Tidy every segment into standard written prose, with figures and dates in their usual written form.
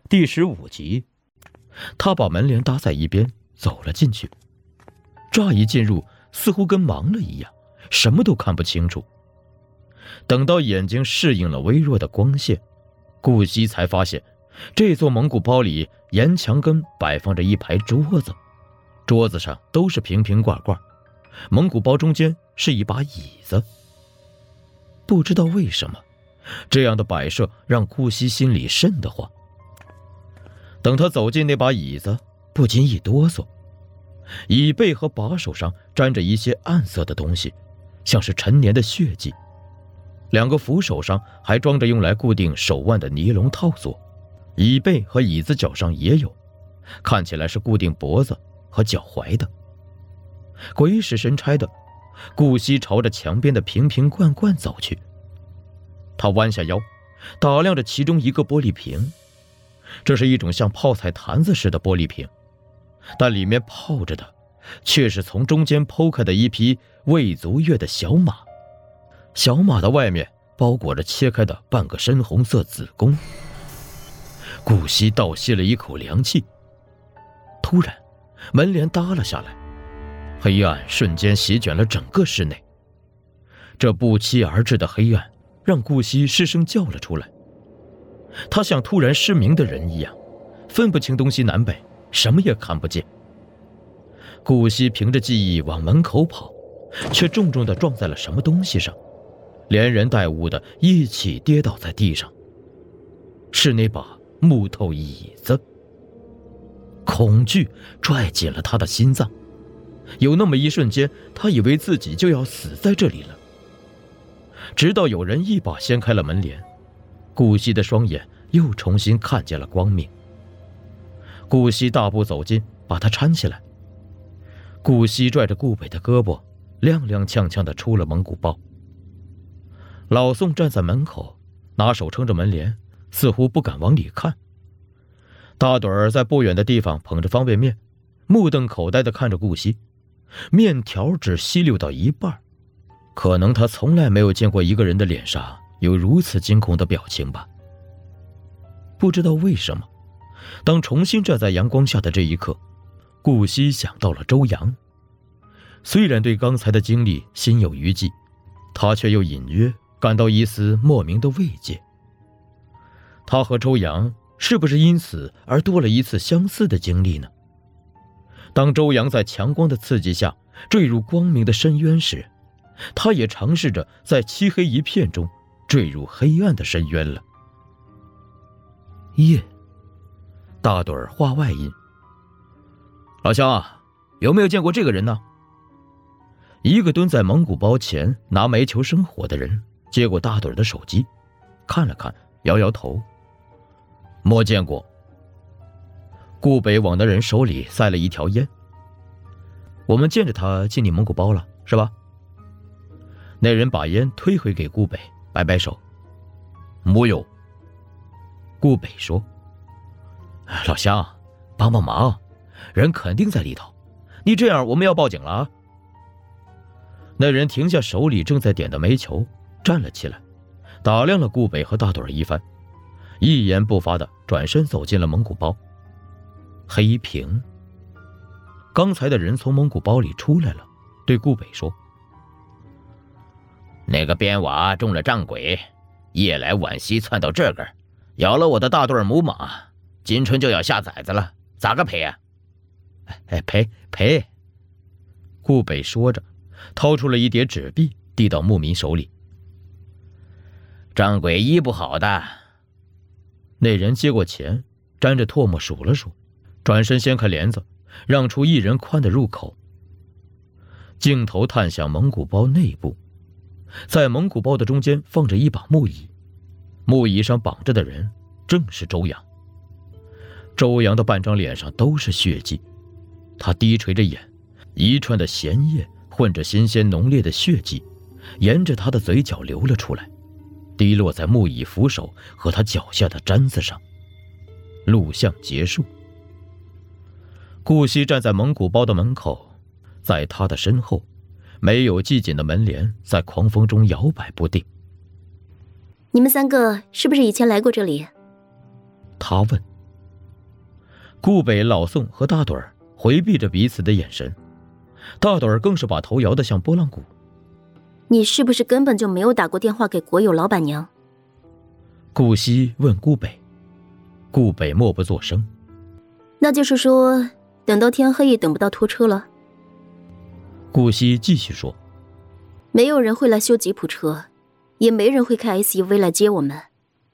第15集。他把门帘搭在一边，走了进去。乍一进入，似乎跟盲了一样，什么都看不清楚。等到眼睛适应了微弱的光线，顾惜才发现，这座蒙古包里沿墙根摆放着一排桌子，桌子上都是瓶瓶罐罐，蒙古包中间是一把椅子。不知道为什么，这样的摆设让顾惜心里瘆得慌。等他走进那把椅子，不禁一哆嗦，椅背和把手上沾着一些暗色的东西，像是陈年的血迹。2个扶手上还装着用来固定手腕的尼龙套索，椅背和椅子脚上也有，看起来是固定脖子和脚踝的。鬼使神差的，顾惜朝着墙边的瓶瓶罐罐走去。他弯下腰，打量着其中一个玻璃瓶，这是一种像泡菜坛子似的玻璃瓶，但里面泡着的却是从中间剖开的一匹未足月的小马。小马的外面包裹着切开的半个深红色子宫。顾惜倒吸了一口凉气。突然，门帘耷了下来，黑暗瞬间席卷了整个室内。这不期而至的黑暗让顾惜失声叫了出来。他像突然失明的人一样，分不清东西南北，什么也看不见。顾惜凭着记忆往门口跑，却重重地撞在了什么东西上，连人带物的一起跌倒在地上。是那把木头椅子。恐惧拽紧了他的心脏，有那么一瞬间，他以为自己就要死在这里了。直到有人一把掀开了门帘，顾惜的双眼又重新看见了光明。顾惜大步走近，把他搀起来。顾惜拽着顾北的胳膊，踉踉跄跄地出了蒙古包。老宋站在门口，拿手撑着门帘，似乎不敢往里看。大盹儿在不远的地方捧着方便面，目瞪口呆地看着顾惜，面条只吸溜到一半。可能他从来没有见过一个人的脸上有如此惊恐的表情吧。不知道为什么，当重新站在阳光下的这一刻，顾惜想到了周阳。虽然对刚才的经历心有余悸，他却又隐约感到一丝莫名的慰藉。他和周阳是不是因此而多了一次相似的经历呢？当周阳在强光的刺激下坠入光明的深渊时，他也尝试着在漆黑一片中坠入黑暗的深渊了。夜，大盹儿话外音：老乡啊，有没有见过这个人呢？一个蹲在蒙古包前拿煤球生火的人接过大盹儿的手机，看了看，摇摇头：没见过。顾北往那人手里塞了一条烟：我们见着他进你蒙古包了，是吧？那人把烟推回给顾北，摆摆手：没有。顾北说：老乡，帮帮忙，人肯定在里头，你这样我们要报警了啊。那人停下手里正在点的煤球，站了起来，打量了顾北和大盹儿一番，一言不发地转身走进了蒙古包。黑屏。刚才的人从蒙古包里出来了，对顾北说： 那个边娃中了仗鬼，夜来晚兮窜到这个，咬了我的大对母马，今春就要下崽子了，咋个赔啊？ 赔。顾北说着，掏出了一叠纸币递到牧民手里。 仗鬼医不好的。 那人接过钱，沾着唾沫数了数，转身掀开帘子，让出1人宽的入口。镜头探向蒙古包内部，在蒙古包的中间放着一把木椅，木椅上绑着的人正是周阳。周阳的半张脸上都是血迹，他低垂着眼，一串的咸液混着新鲜浓烈的血迹，沿着他的嘴角流了出来，滴落在木椅扶手和他脚下的毡子上。录像结束。顾惜站在蒙古包的门口，在他的身后，没有系紧的门帘在狂风中摇摆不定。 你们3个是不是以前来过这里？ 他问。 顾北、老宋和大盹儿回避着彼此的眼神，大盹儿更是把头摇得像拨浪鼓。 你是不是根本就没有打过电话给国有老板娘？ 顾惜问顾北，顾北默不作声。 那就是说，等到天黑也等不到拖车了。 顾惜继续说， 没有人会来修吉普车，也没人会开 SUV 来接我们。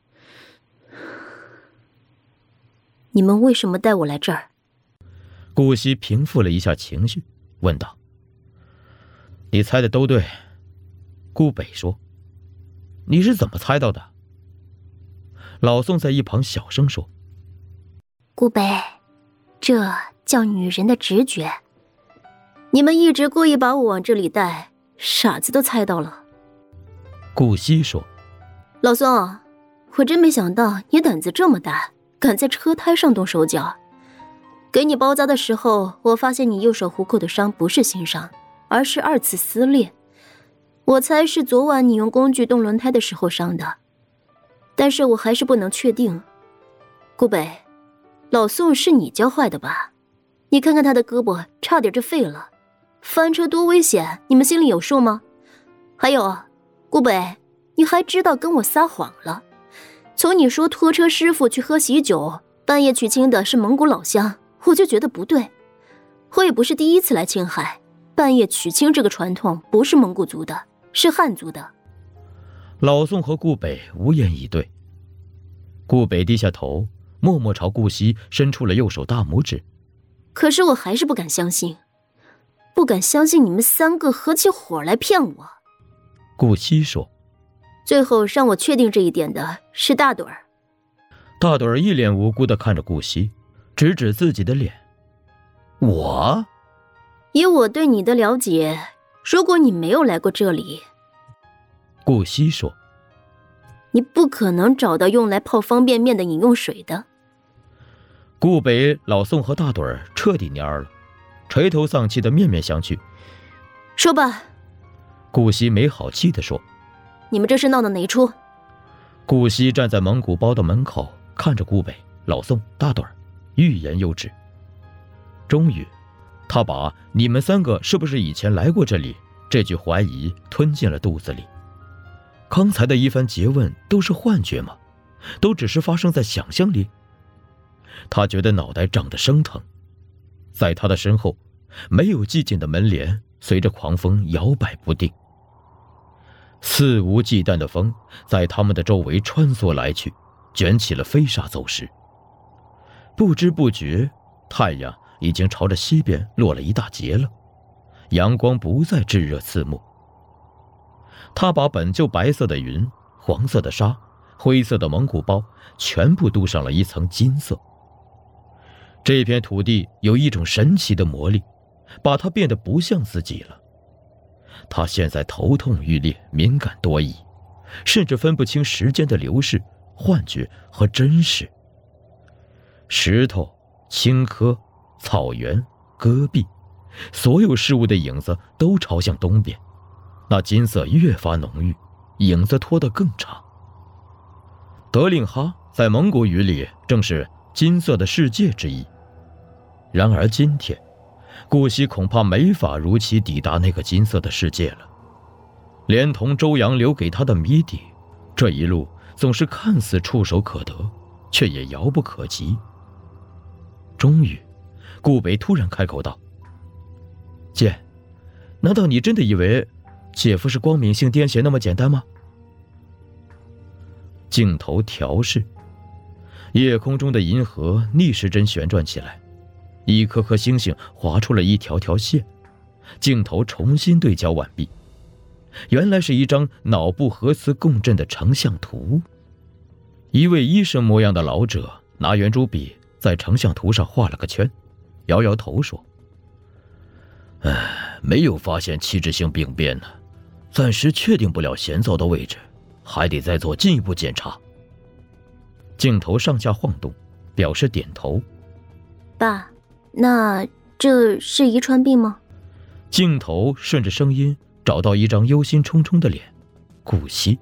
你们为什么带我来这儿？ 顾惜平复了一下情绪，问道。你猜的都对，顾北说。你是怎么猜到的？老宋在一旁小声说。 顾北，这叫女人的直觉。你们一直故意把我往这里带，傻子都猜到了。 顾惜说。 老宋，我真没想到你胆子这么大，敢在车胎上动手脚。给你包扎的时候，我发现你右手虎口的伤不是新伤，而是2次撕裂。我猜是昨晚你用工具动轮胎的时候伤的，但是我还是不能确定。顾北，老宋是你教坏的吧？你看看他的胳膊，差点就废了。翻车多危险，你们心里有数吗？还有，顾北，你还知道跟我撒谎了。从你说拖车师傅去喝喜酒，半夜取经的是蒙古老乡，我就觉得不对。我也不是第一次来青海，半夜取经这个传统不是蒙古族的，是汉族的。 老宋和顾北无言以对。顾北低下头，默默朝顾惜伸出了右手大拇指。 可是我还是不敢相信，不敢相信你们3个合起伙来骗我。 顾惜说。 最后让我确定这一点的是大盹儿。 大盹儿一脸无辜地看着顾惜，指指自己的脸。我？ 以我对你的了解，如果你没有来过这里， 顾惜说， 你不可能找到用来泡方便面的饮用水的。 顾北、老宋和大盹儿彻底蔫儿了，垂头丧气的面面相觑。 说吧。 顾惜没好气地说。 你们这是闹的哪一出？ 顾惜站在蒙古包的门口，看着顾北、老宋、大盹儿，欲言又止。终于，他把你们3个是不是以前来过这里这句怀疑吞进了肚子里。刚才的一番诘问都是幻觉吗？都只是发生在想象里？他觉得脑袋胀得生疼。在他的身后，没有系紧的门帘随着狂风摇摆不定，肆无忌惮的风在他们的周围穿梭来去，卷起了飞沙走石。不知不觉，太阳已经朝着西边落了一大截了，阳光不再炙热刺目。他把本就白色的云、黄色的纱、灰色的蒙古包全部镀上了一层金色。这片土地有一种神奇的魔力，把它变得不像自己了。他现在头痛欲裂，敏感多疑，甚至分不清时间的流逝、幻觉和真实。石头、青稞、草原、戈壁，所有事物的影子都朝向东边，那金色越发浓郁，影子拖得更长。德令哈在蒙古语里正是金色的世界之意。然而今天，顾惜恐怕没法如期抵达那个金色的世界了。连同周阳留给他的谜底，这一路总是看似触手可得，却也遥不可及。终于，顾北突然开口道：“姐，难道你真的以为姐夫是光明性癫痫那么简单吗？”镜头调试，夜空中的银河逆时针旋转起来，一颗颗星星划出了一条条线，镜头重新对焦完毕。原来是一张脑部核磁共振的成像图。一位医生模样的老者拿圆珠笔在成像图上画了个圈，摇摇头说：“没有发现器质性病变呢，暂时确定不了弦造的位置，还得再做进一步检查。”镜头上下晃动，表示点头。 爸，那这是遗传病吗？ 镜头顺着声音找到一张忧心忡忡的脸，顾惜。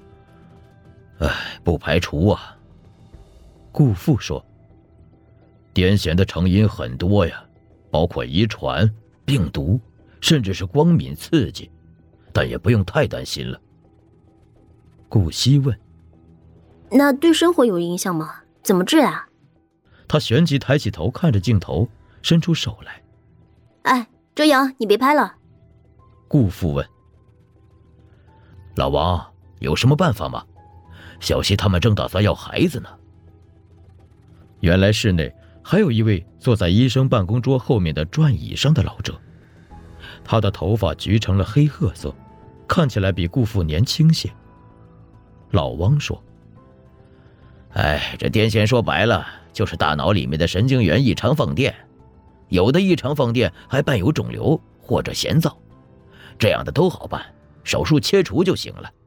不排除啊。顾父说。 癫痫的成因很多呀，包括遗传、病毒，甚至是光敏刺激，但也不用太担心了。顾惜问：“ 那对生活有影响吗？怎么治啊？” 他旋即抬起头看着镜头，伸出手来。 哎，周阳，你别拍了。 顾父问：“ 老王，有什么办法吗？小希他们正打算要孩子呢。” 原来室内还有一位坐在医生办公桌后面的转椅上的老者，他的头发橘成了黑褐色，看起来比顾父年轻些。老汪说：“ 哎，这癫痫说白了就是大脑里面的神经元异常放电，有的异常放电还伴有肿瘤或者涎燥，这样的都好办，手术切除就行了。”